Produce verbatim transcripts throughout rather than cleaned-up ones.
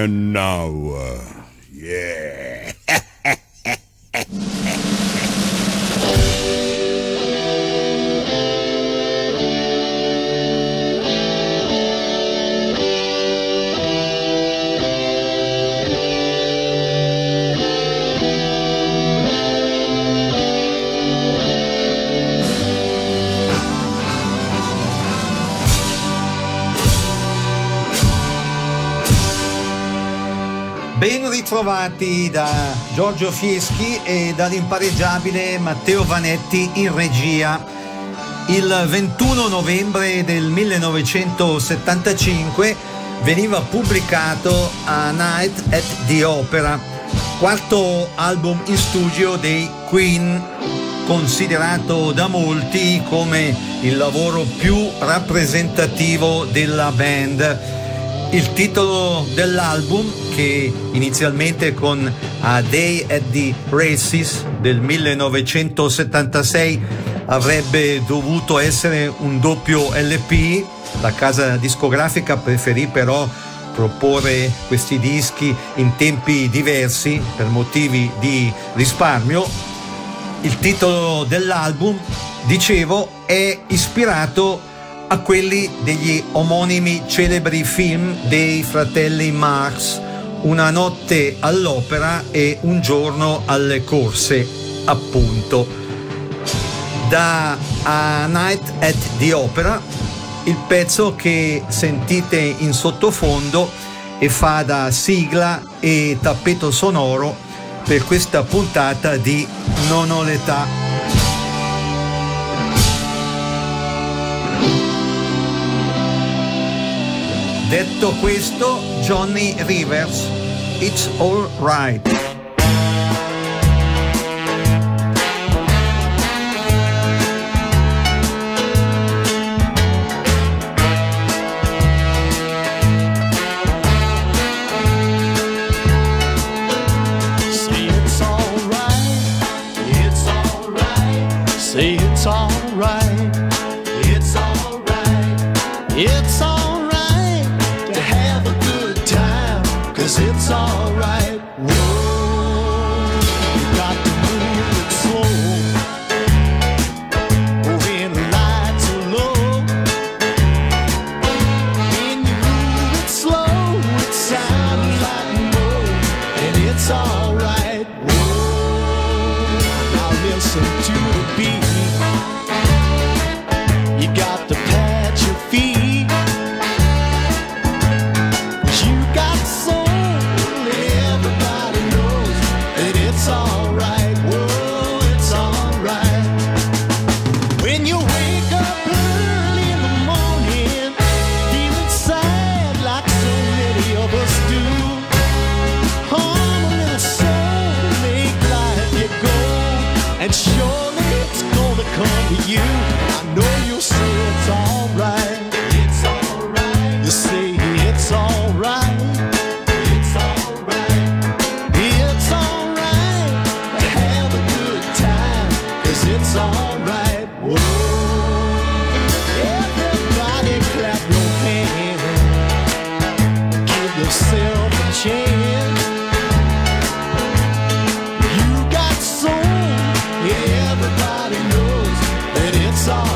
And now, uh, yeah. Ben ritrovati da Giorgio Fieschi e dall'impareggiabile Matteo Vanetti in regia. Il ventuno novembre del millenovecentosettantacinque veniva pubblicato A Night at the Opera, quarto album in studio dei Queen, considerato da molti come il lavoro più rappresentativo della band. Il titolo dell'album, che inizialmente con A Day at the Races del millenovecentosettantasei avrebbe dovuto essere un doppio L P, la casa discografica preferì però proporre questi dischi in tempi diversi per motivi di risparmio. Il titolo dell'album, dicevo, è ispirato a quelli degli omonimi celebri film dei fratelli Marx, Una notte all'opera e Un giorno alle corse, appunto. Da A Night at the Opera, il pezzo che sentite in sottofondo e fa da sigla e tappeto sonoro per questa puntata di Non ho l'età. Detto questo, Johnny Rivers, It's All Right. Say it's all right, it's all right. Say it's all right, it's all right, it's all right. It's all right. Whoa, you got to move it slow. When the lights are low, when you move it slow, it sounds like no, and it's all right. Whoa, now listen to the beat. You got to pat your feet. It's all right, whoa, it's all right. When you wake up early in the morning, feeling sad like so many of us do, hum a little soul to make life your goal, and surely it's gonna come to you. I know you'll say it's all right. It's all right. You say it's all right. It's all right, whoa. Everybody clap your hands, give yourself a chance. You got soul, everybody knows that it's all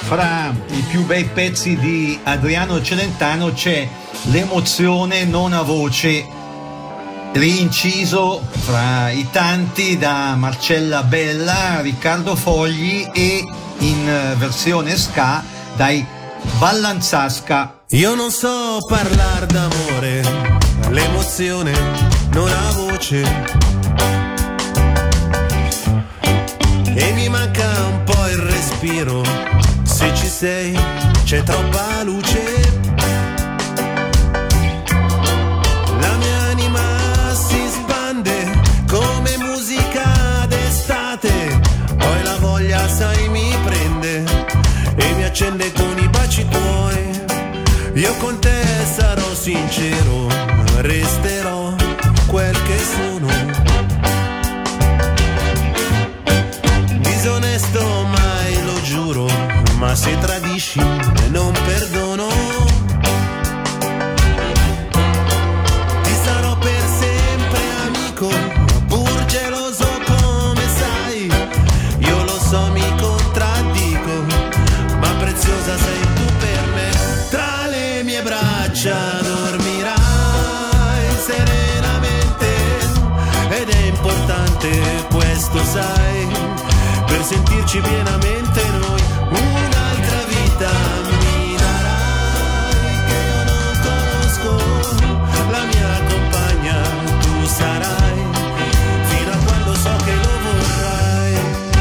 fra i più bei pezzi di Adriano Celentano c'è L'emozione non ha voce, rinciso fra i tanti da Marcella Bella, Riccardo Fogli e in versione ska dai Vallanzasca. Io non so parlare d'amore, l'emozione non ha voce e mi manca un po' il respiro. Se ci sei c'è troppa luce, la mia anima si spande come musica d'estate, poi la voglia sai mi prende e mi accende con i baci tuoi. Io con te sarò sincero, resterò quel che sono, disonesto mai lo giuro, ma se tradisci non perdono. Ti sarò per sempre amico, pur geloso come sai, io lo so mi contraddico, ma preziosa sei tu per me. Tra le mie braccia dormirai serenamente ed è importante questo sai, per sentirci pienamente noi. Un'altra vita mi darai che io non conosco, la mia compagna tu sarai fino a quando so che lo vorrai.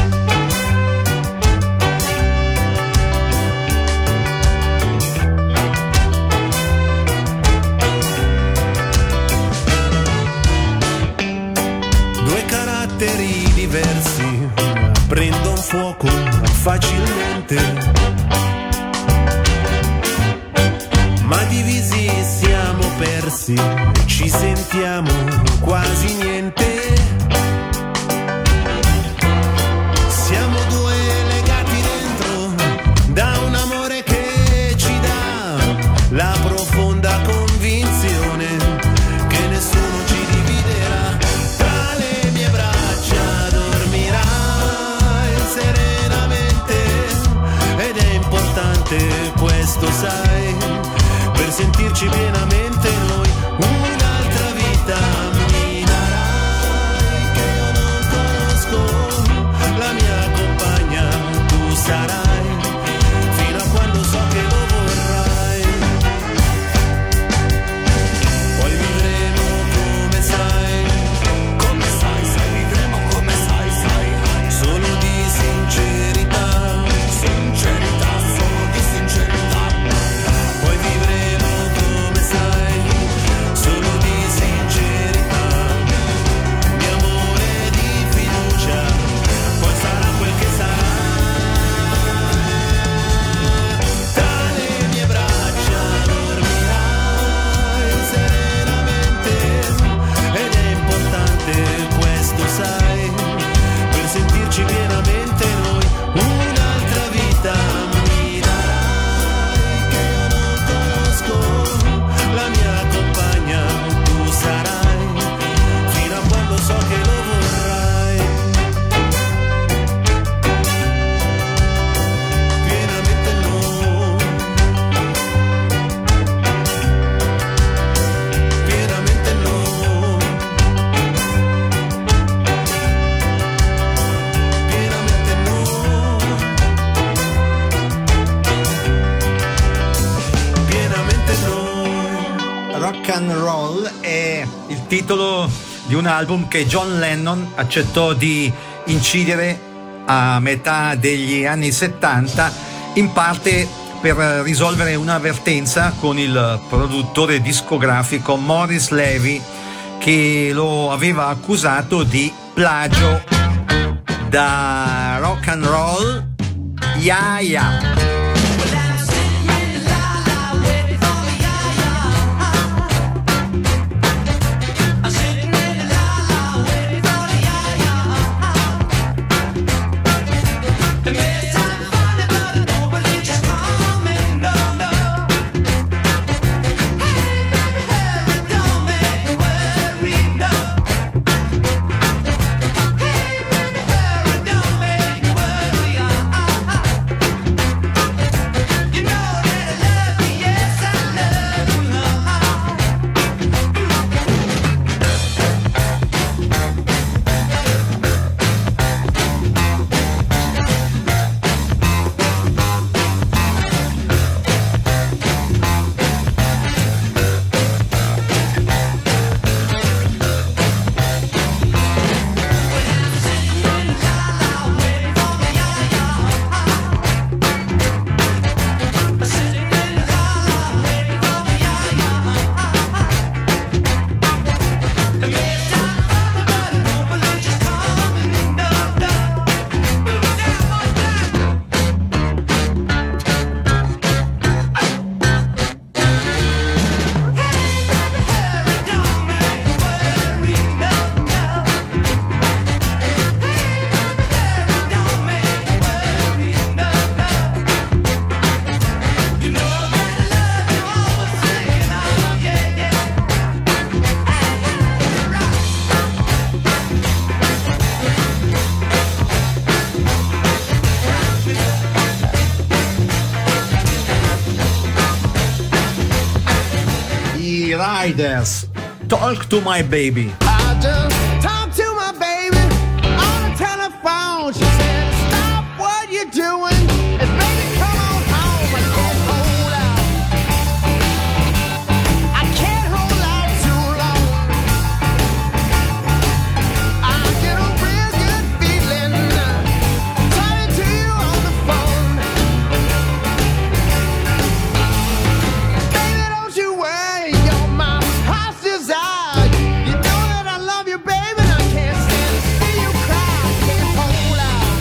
Due caratteri diversi prendono fuoco facilmente, ma divisi siamo persi, ci sentiamo quasi niente. Siamo due legati dentro da un amore che ci dà la profonda convinzione che nessuno ci dividerà. Tra le mie braccia dormirai serenamente ed è importante questo sai, per sentirci pienamente noi. Un'altra vita mi darai che io non conosco, la mia compagna tu sarai fino a quando so che lo vorrai. Poi vivremo come sai, come sai, sai vivremo come sai, sai, solo di sincerità, sincerità, solo di sincerità. Poi vivremo come sai, solo di sincerità, di amore e di fiducia, poi sarà quel che sarà. Tra le mie braccia dormirai serenamente ed è importante questo sai, per sentirci pienamente noi. Un'altra vita mi darai che io non conosco, la mia compagna tu sarai fino a quando so che lo vorrai. Pienamente no, pienamente no, pienamente no, pienamente no. Rock and Roll è il titolo di un album che John Lennon accettò di incidere a metà degli anni settanta, in parte per risolvere un'avvertenza con il produttore discografico Maurice Levy, che lo aveva accusato di plagio. Da Rock and Roll, Ya Ya. Riders, Talk to My Baby. I just talked to my baby on the telephone. She said, stop what you're doing and baby, come on home. I can't hold out. I can't hold out too long. I get a real good feeling talking to you on the phone. Baby, don't you worry, you're my heart's desire. You know that I love you, baby, and I can't stand to see you cry. I can't hold out.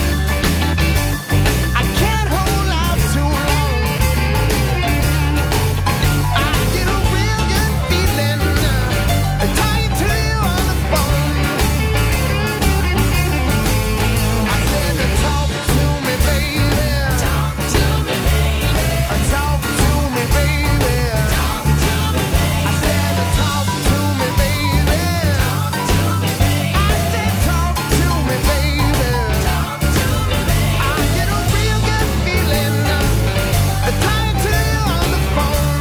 I can't hold out too long. I get a real good feeling uh, talking to you on the phone. I said, talk to me, baby. Talk to me, baby. Talk to me, baby. Talk to me, baby. I said, talk to me, baby. Talk to me, baby. I said, talk to me, baby. Talk to me, baby. I get a real good feeling uh, talking to you on the phone.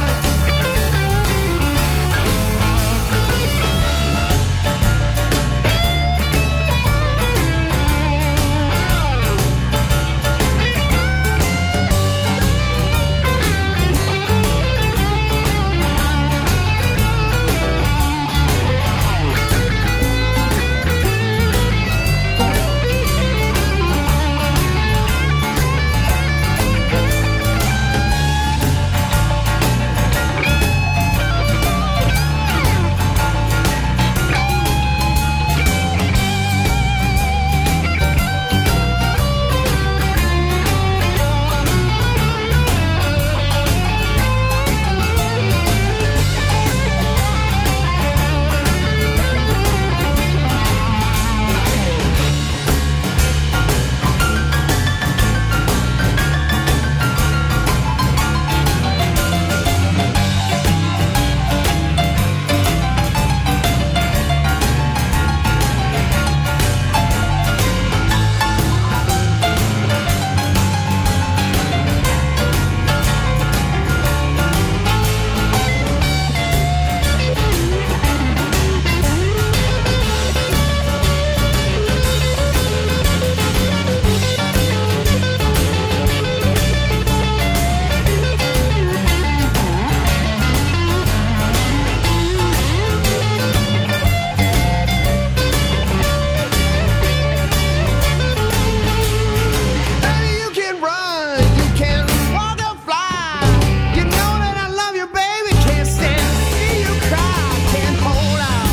Baby, you can run, you can walk or fly. You know that I love you, baby. Can't stand to see you cry. Can't hold out.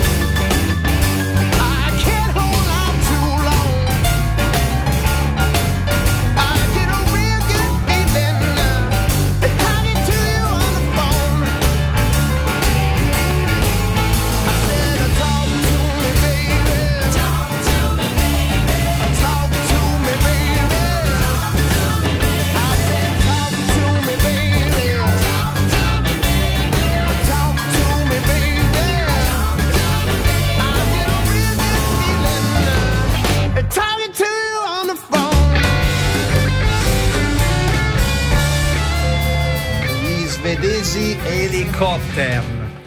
I can't hold out too long. I get a real good feeling uh, talking to you on the phone. I said, talk to me, baby. Talk to me, baby. Talk to me, baby. I said, talk to me, baby. Talk to me, baby. I get a real good feeling uh, talking to you on the phone. Gli svedesi Helicopter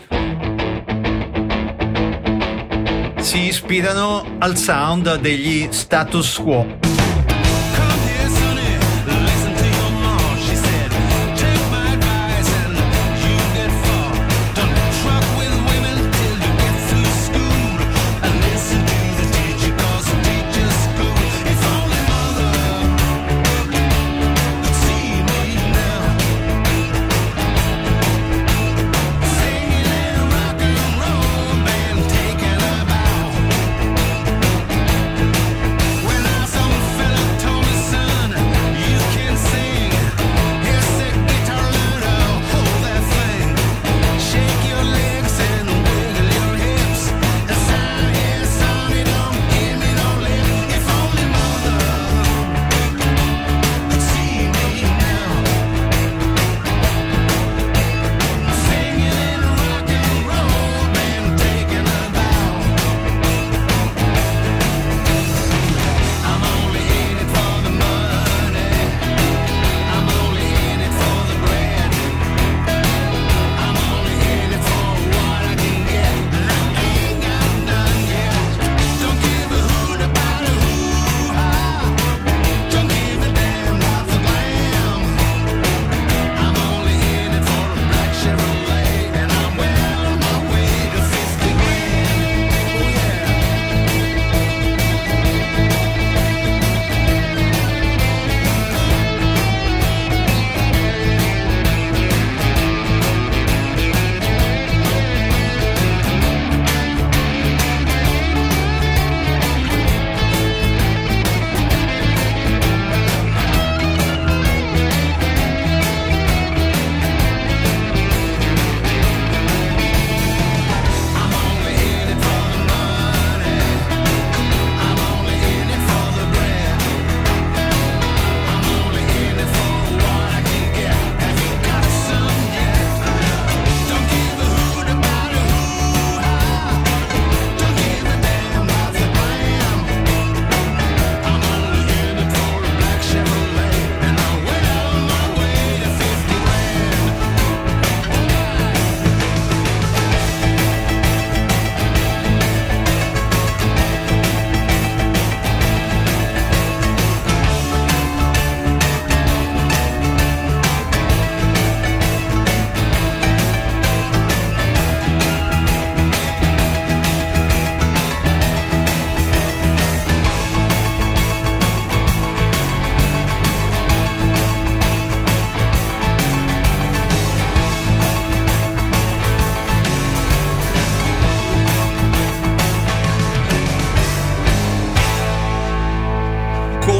si ispirano al sound degli Status Quo. Come here, sonny, listen to your mom. She said, take my advice and you get far. Don't truck with women till you get through school. And listen to the teacher, cause the teacher's school. If only mother could see me now. Singing in a rock and roll band, taking a bow. When I saw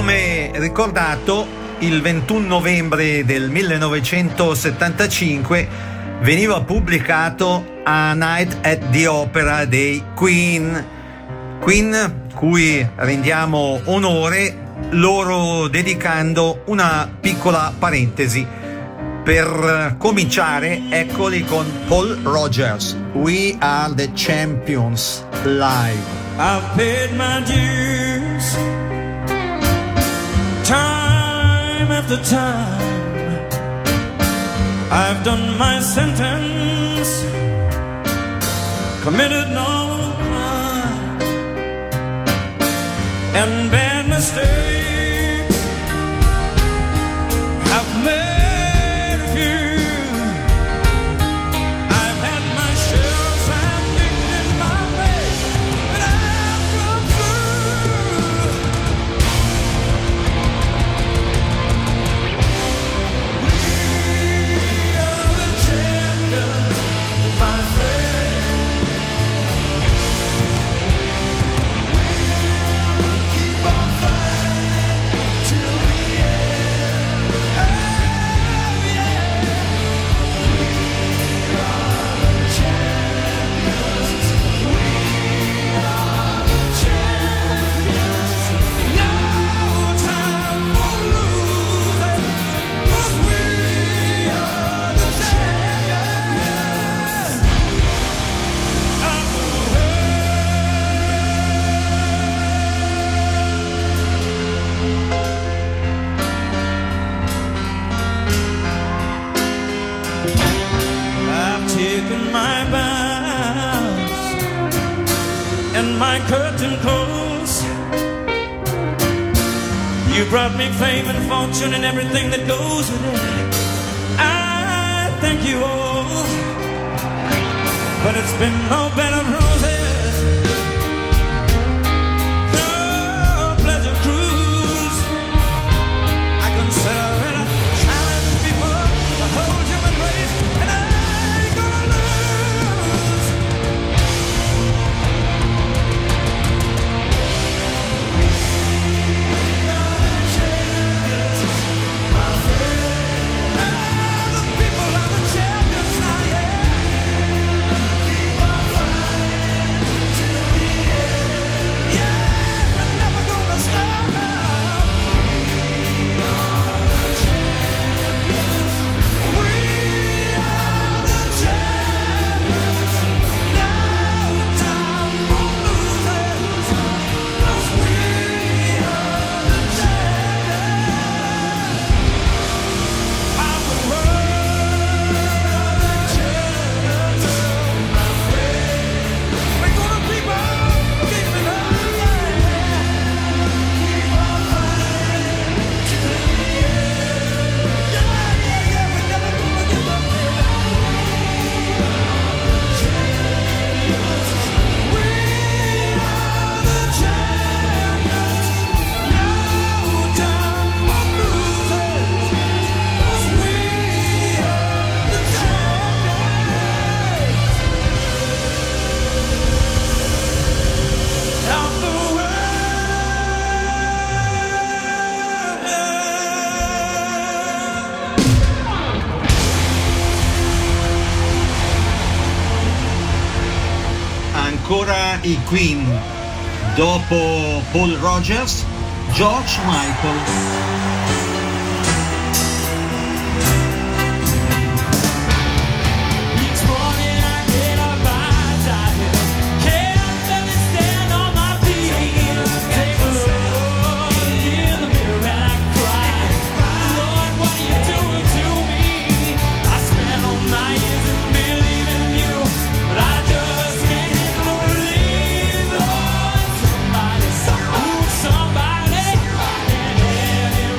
Come ricordato, il ventuno novembre del millenovecentosettantacinque veniva pubblicato A Night at the Opera dei Queen. Queen, cui rendiamo onore loro dedicando una piccola parentesi. Per cominciare, eccoli con Paul Rogers, We Are the Champions, live. I've paid my dues, time after time. I've done my sentence, committed no crime, and bad mistakes I've made. Curtain close. You brought me fame and fortune and everything that goes with it. I thank you all, but it's been no bed of roses, no pleasure cruise. I consider it a challenge before the whole human race, and I ain't gonna lose. Ancora i Queen, dopo Paul Rogers, George Michael. Somebody,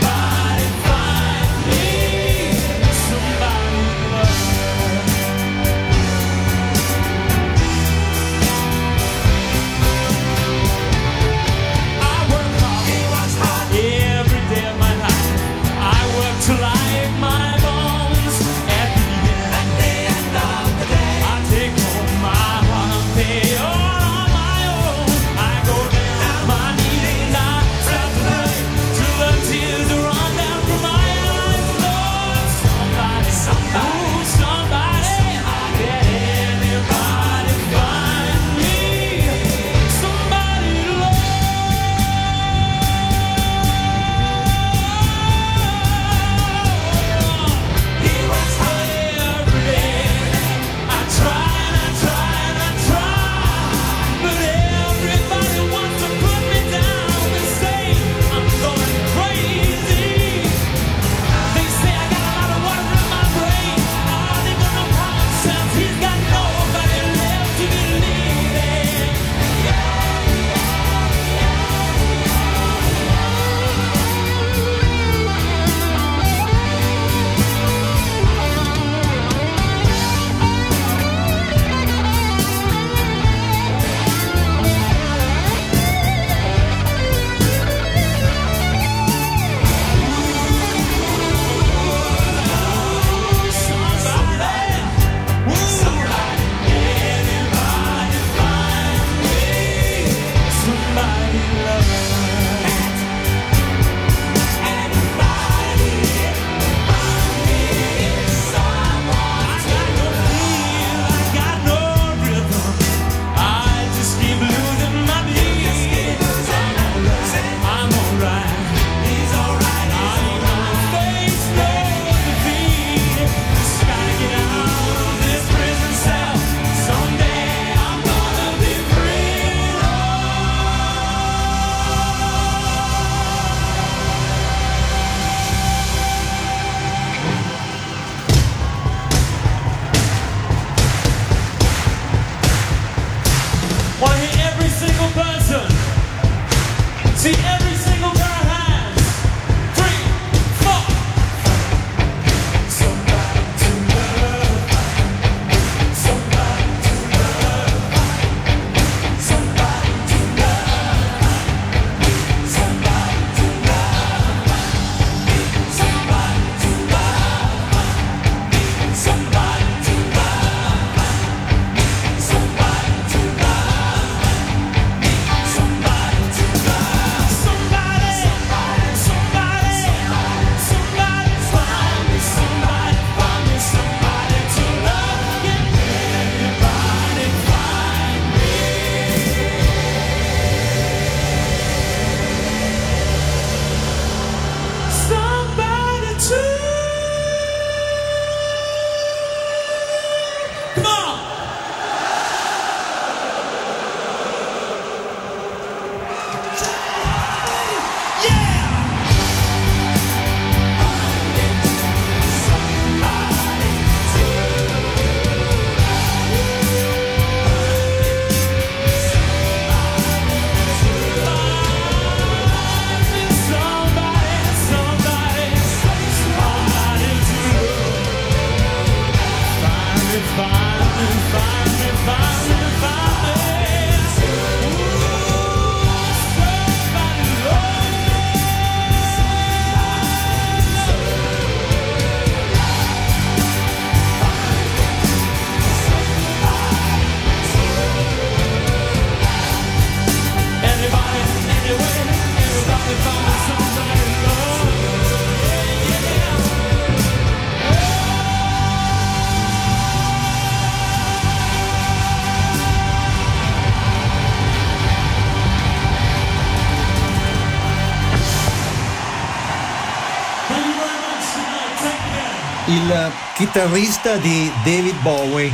Il chitarrista di David Bowie,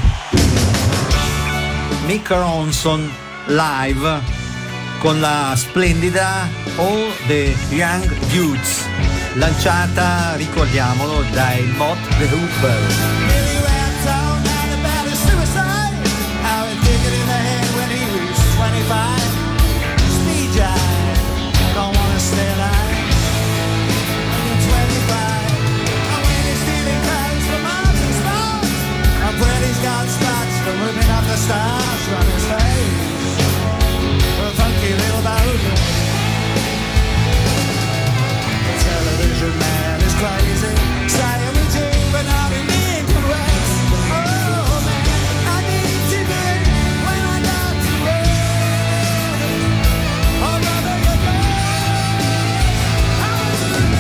Mick Ronson, live con la splendida All the Young Dudes, lanciata, ricordiamolo, dai Mott the Hoople. He's got spots from ripping off the stars from his face. A funky little boat. The television man is crazy, saying we do, but not in the England West. Oh man, I need to be when I got to rest. Oh brother, you're bad. I want to be.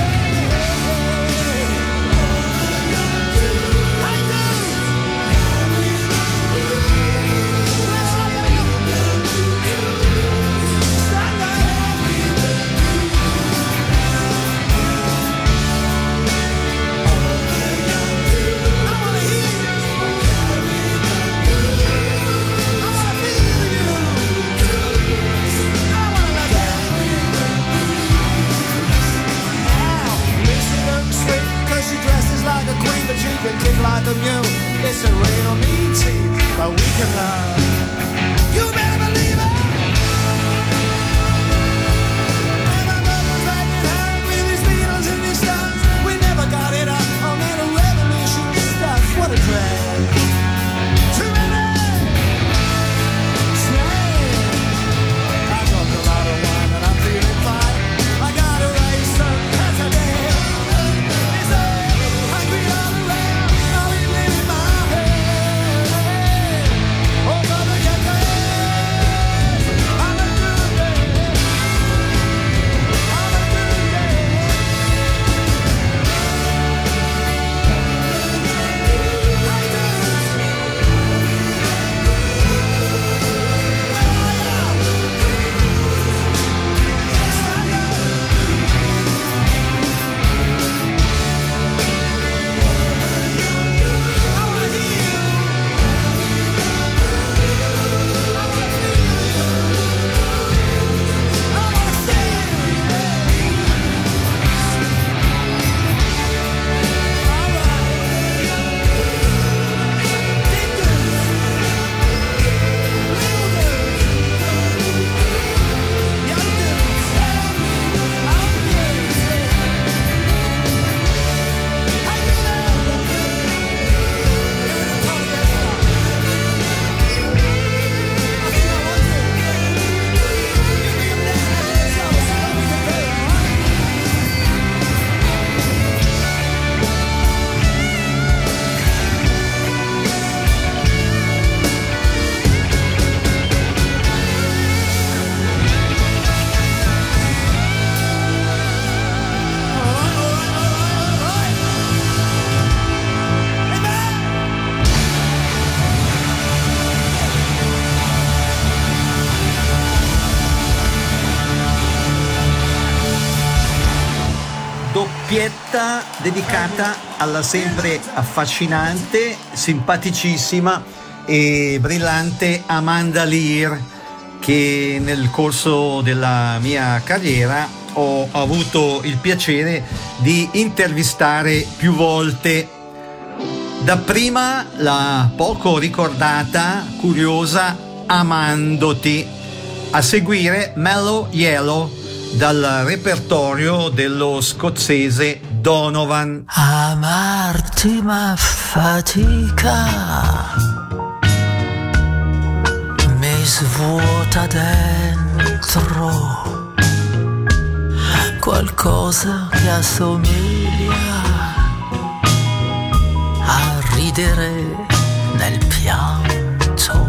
But you can kick like a mule. It's a real mean team, but we can learn. You better believe it. And my love was like it hurt with these Beatles and these Stones. We never got it up on little revolution stuff. What a drag. Too many snags. I drunk a lot of wine and I'm feeling fine. I got a racer, that's a damn. Doppietta dedicata alla sempre affascinante, simpaticissima e brillante Amanda Lear, che nel corso della mia carriera ho avuto il piacere di intervistare più volte. Dapprima la poco ricordata, curiosa Amandoti, a seguire Mellow Yellow dal repertorio dello scozzese Donovan. Amarti ma fatica, mi svuota dentro qualcosa che assomiglia a ridere nel pianto.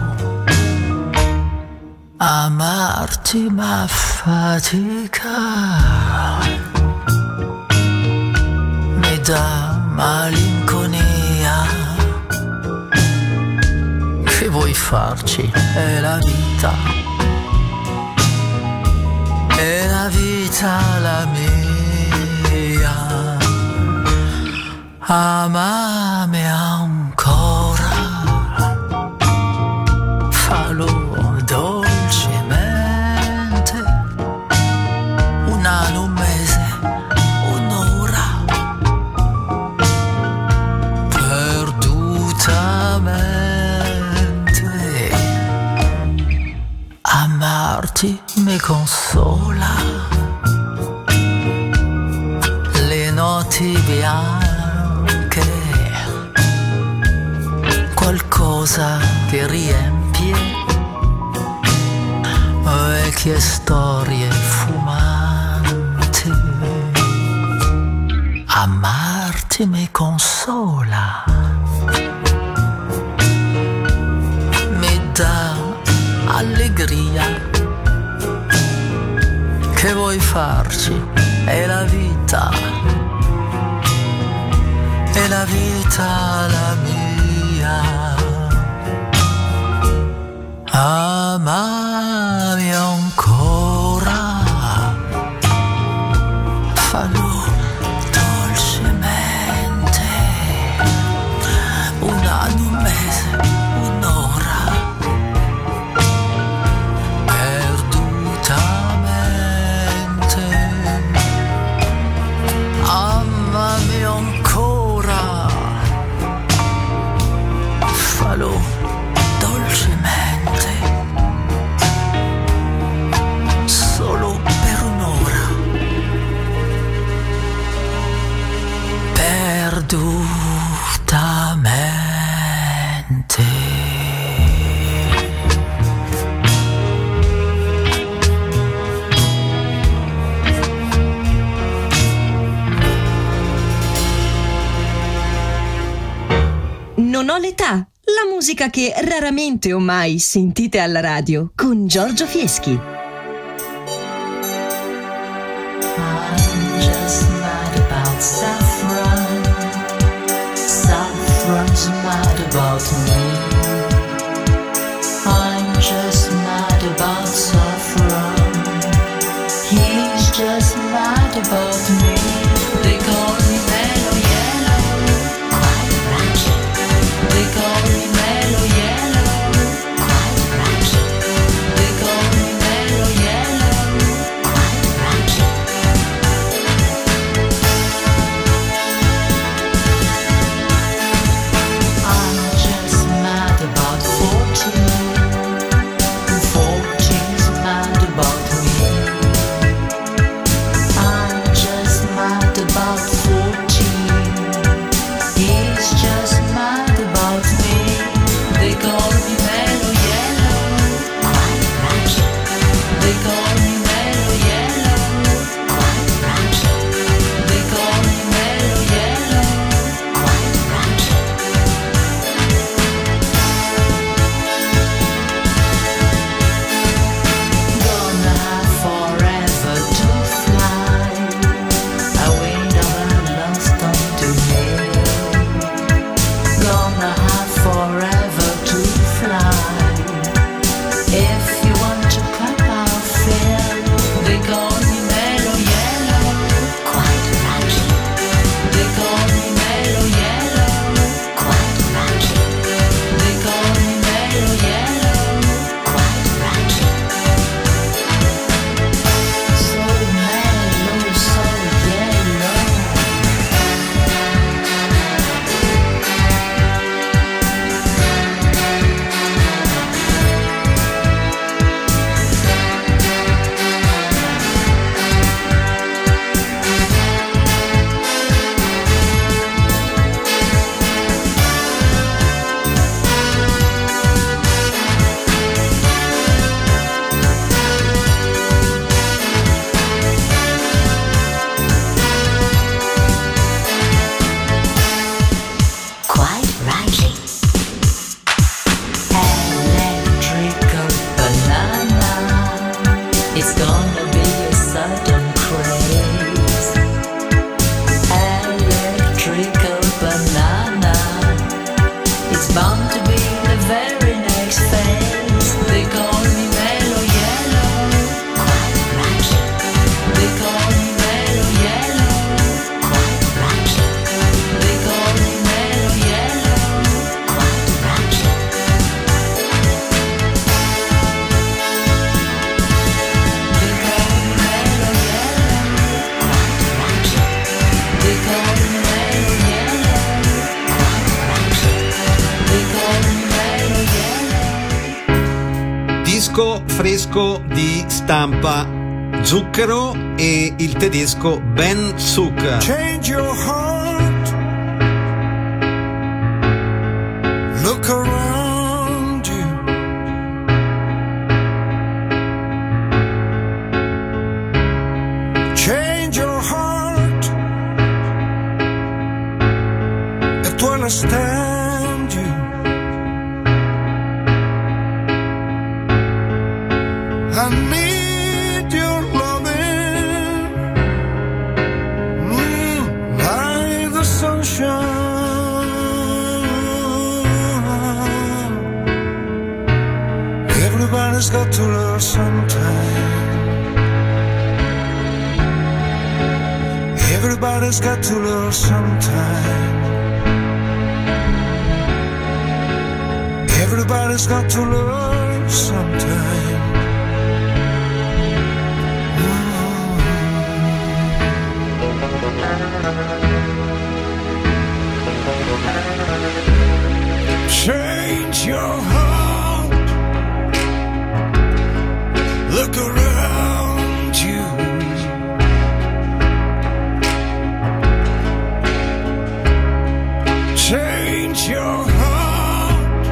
Amarti ma fatica. dà malinconia. Che vuoi farci? È la vita, è la vita la mia. Amami ancora, fallo dolcemente, un anno, un mese, un'ora, perdutamente. Amarti mi consola, le notti bianche, qualcosa che riempie vecchie storie fumanti. Amarti mi consola, mi dà allegria. Che vuoi farci? È la vita, è la vita la mia. Amami ancora, fallo dolcemente, un anno, un mese, un'ora, perdutamente. Amami ancora, fallo dolcemente, solo per un'ora, perdutamente. Non ho l'età, la musica che raramente o mai sentite alla radio con Giorgio Fieschi. I'm just mad about saffron. Saffron's mad about me. I'm just mad about saffron. He's just mad about me. They call me mellow yellow, quite ratchet. They call me mellow yellow, quite ratchet. They call me mellow disco fresco di stampa Zucchero e il tedesco Ben Zucker. Change your heart. Look around you. Change your heart. It will understand you. I need your loving, mm, like the sunshine. Everybody's got to learn sometime. Everybody's got to learn sometime. Everybody's got to learn sometime. Change your heart. Look around you. Change your heart.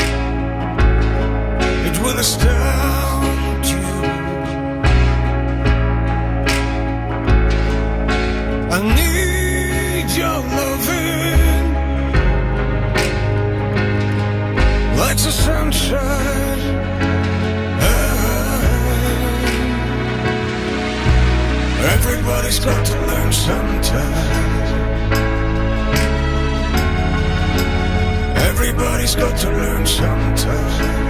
It will astound you. I need your loving like the sunshine. Everybody's got to learn sometime. Everybody's got to learn sometime.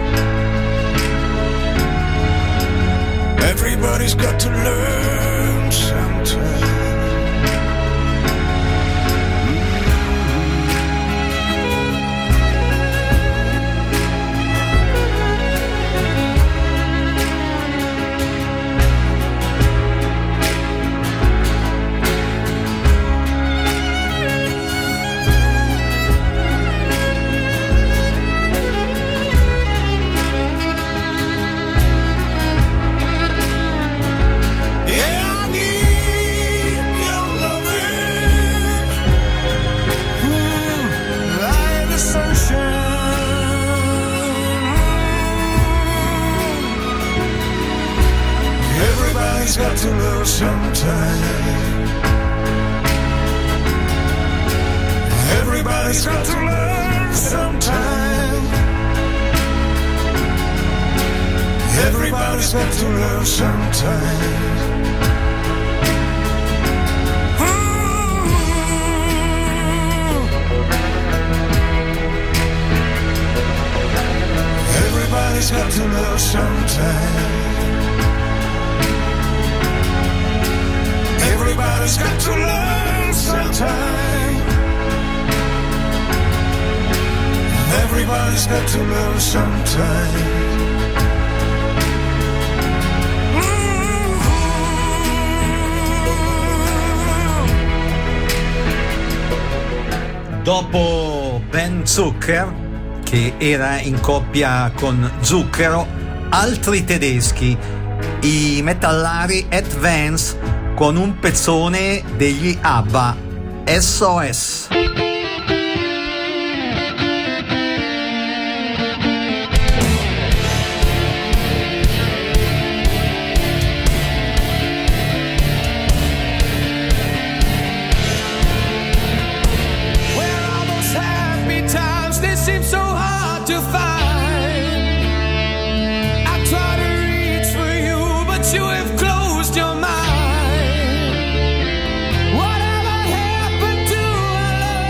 Everybody's got to learn sometime. Everybody's got to learn sometime. Everybody's got to learn sometime. Everybody's got to learn sometime. Everybody's got to learn sometime. Everybody's got to learn sometime. Everybody's got to learn sometime. Dopo Ben Zucker, che era in coppia con Zucchero, altri tedeschi, i metallari Ed Vance, con un pezzone degli ABBA, S O S. Whatever happened to our love?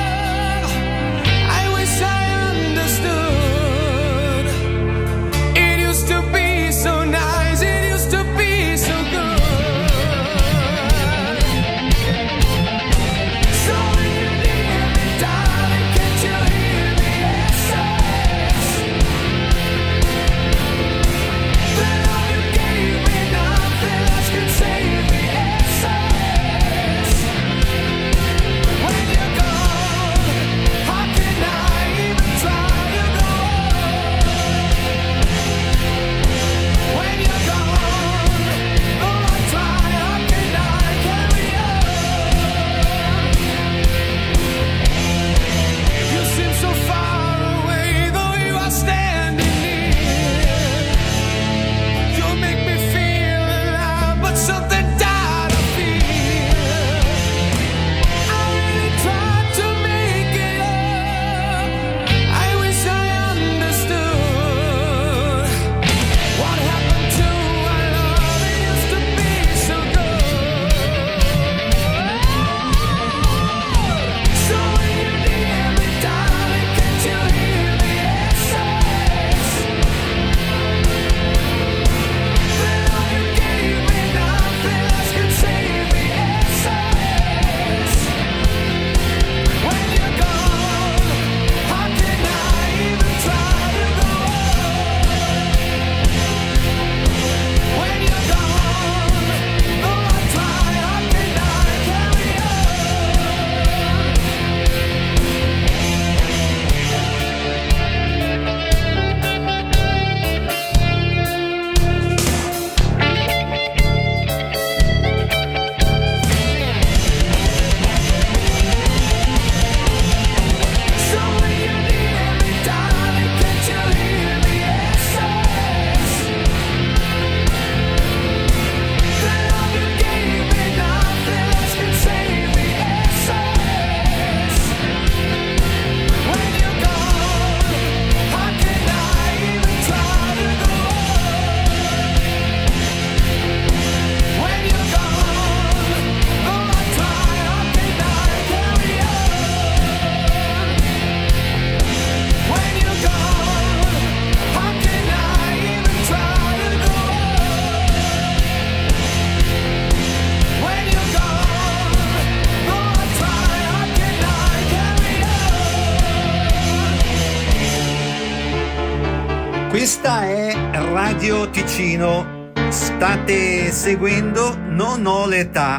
Questa è Radio Ticino. State seguendo Non ho l'età.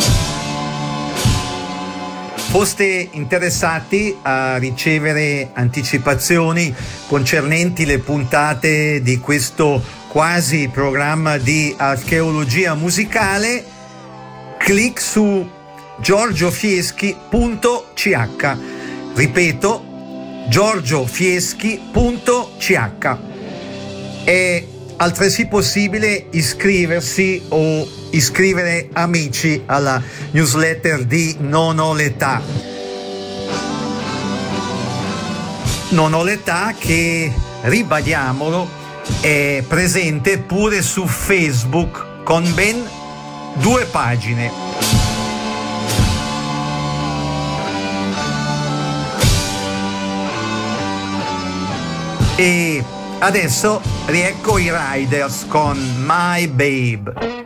Foste interessati a ricevere anticipazioni concernenti le puntate di questo quasi programma di archeologia musicale? Clic su giorgiofieschi punto c h. Ripeto, giorgiofieschi punto c h. È altresì possibile iscriversi o iscrivere amici alla newsletter di Non ho l'età. Non ho l'età che, ribadiamolo, è presente pure su Facebook con ben due pagine. E adesso riecco i Riders con My Babe.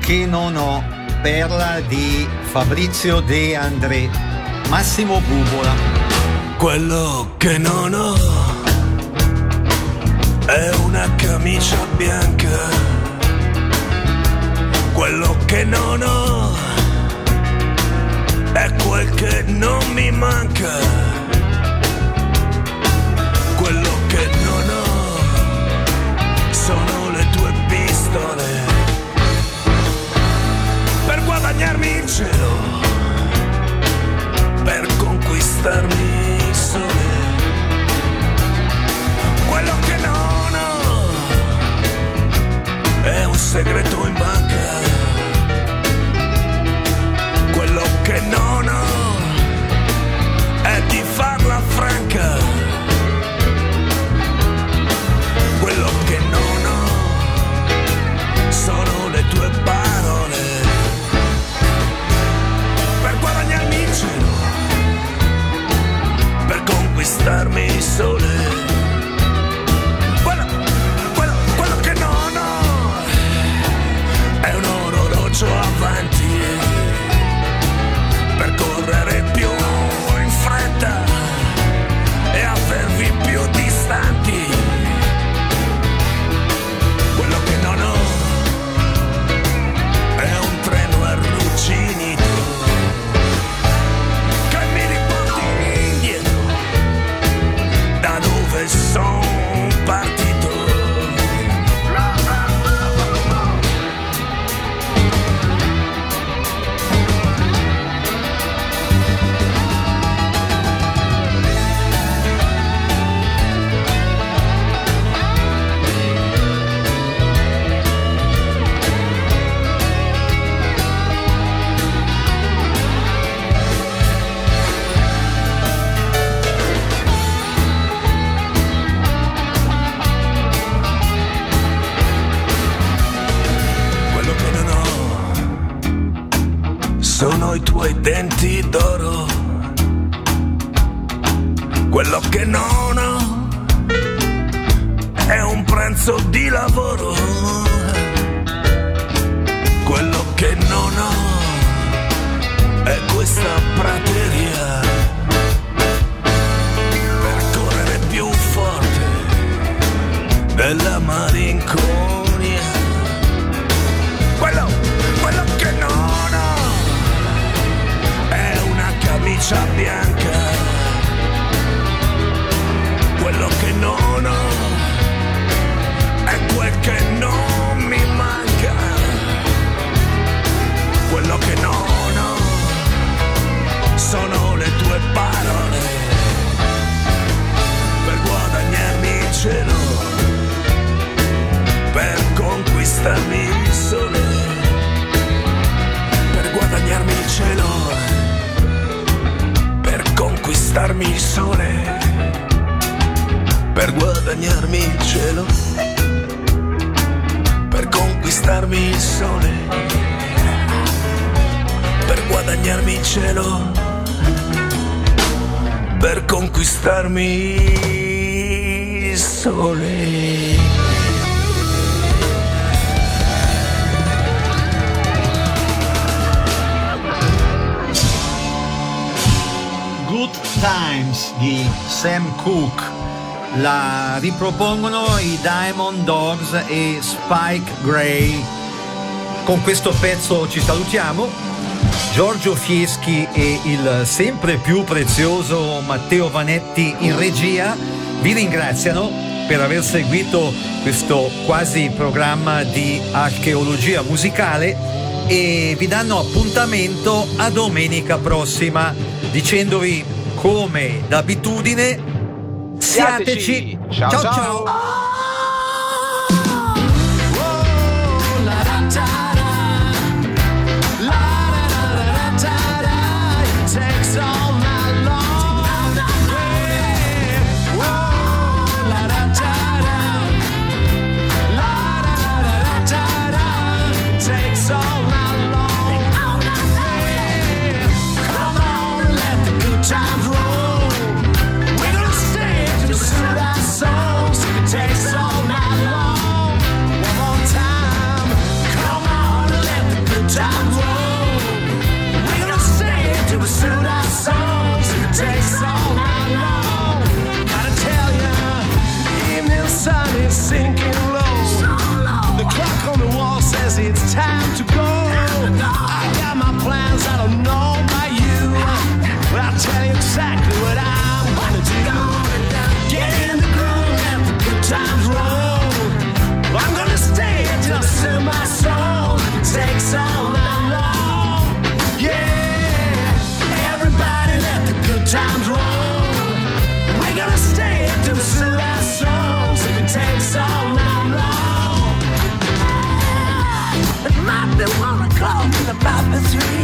che non ho, perla di Fabrizio De André, Massimo Bubola. Quello che non ho è una camicia bianca. Quello che non ho è quel che non mi manca. Quello che non ho sono le tue pistole per guadagnarmi il cielo, per conquistarmi il sole. Quello che non ho è un segreto in banca. Quello che non ho è di farla franca. Quello che non ho sono le tue parole per guadagnarmi il cielo, per conquistarmi il sole. Quello, quello, quello che non ho è un orologio avanti per correre più in fretta e avervi più distanti. Quello che non ho è un treno arrugginito che mi riporti indietro da dove son partito. Sono i tuoi denti d'oro. Quello che non ho è un pranzo di lavoro. Quello che non ho è questa prateria per correre più forte della malinconia. Quello, quello che non ho è una camicia bianca. Quello che non ho è quel che non mi manca. Quello che non ho sono le tue parole per guadagnarmi il cielo, per conquistarmi il sole, per guadagnarmi il cielo, per conquistarmi il sole, per guadagnarmi il cielo, per conquistarmi il sole, per guadagnarmi il cielo, per conquistarmi il sole. Good Times di Sam Cooke. La ripropongono i Diamond Dogs e Spike Gray. Con questo pezzo ci salutiamo. Giorgio Fieschi e il sempre più prezioso Matteo Vanetti in regia vi ringraziano per aver seguito questo quasi programma di archeologia musicale e vi danno appuntamento a domenica prossima dicendovi come d'abitudine siateci. Ciao ciao, ciao. Times roll. We're gonna stay to suit our souls. Take three.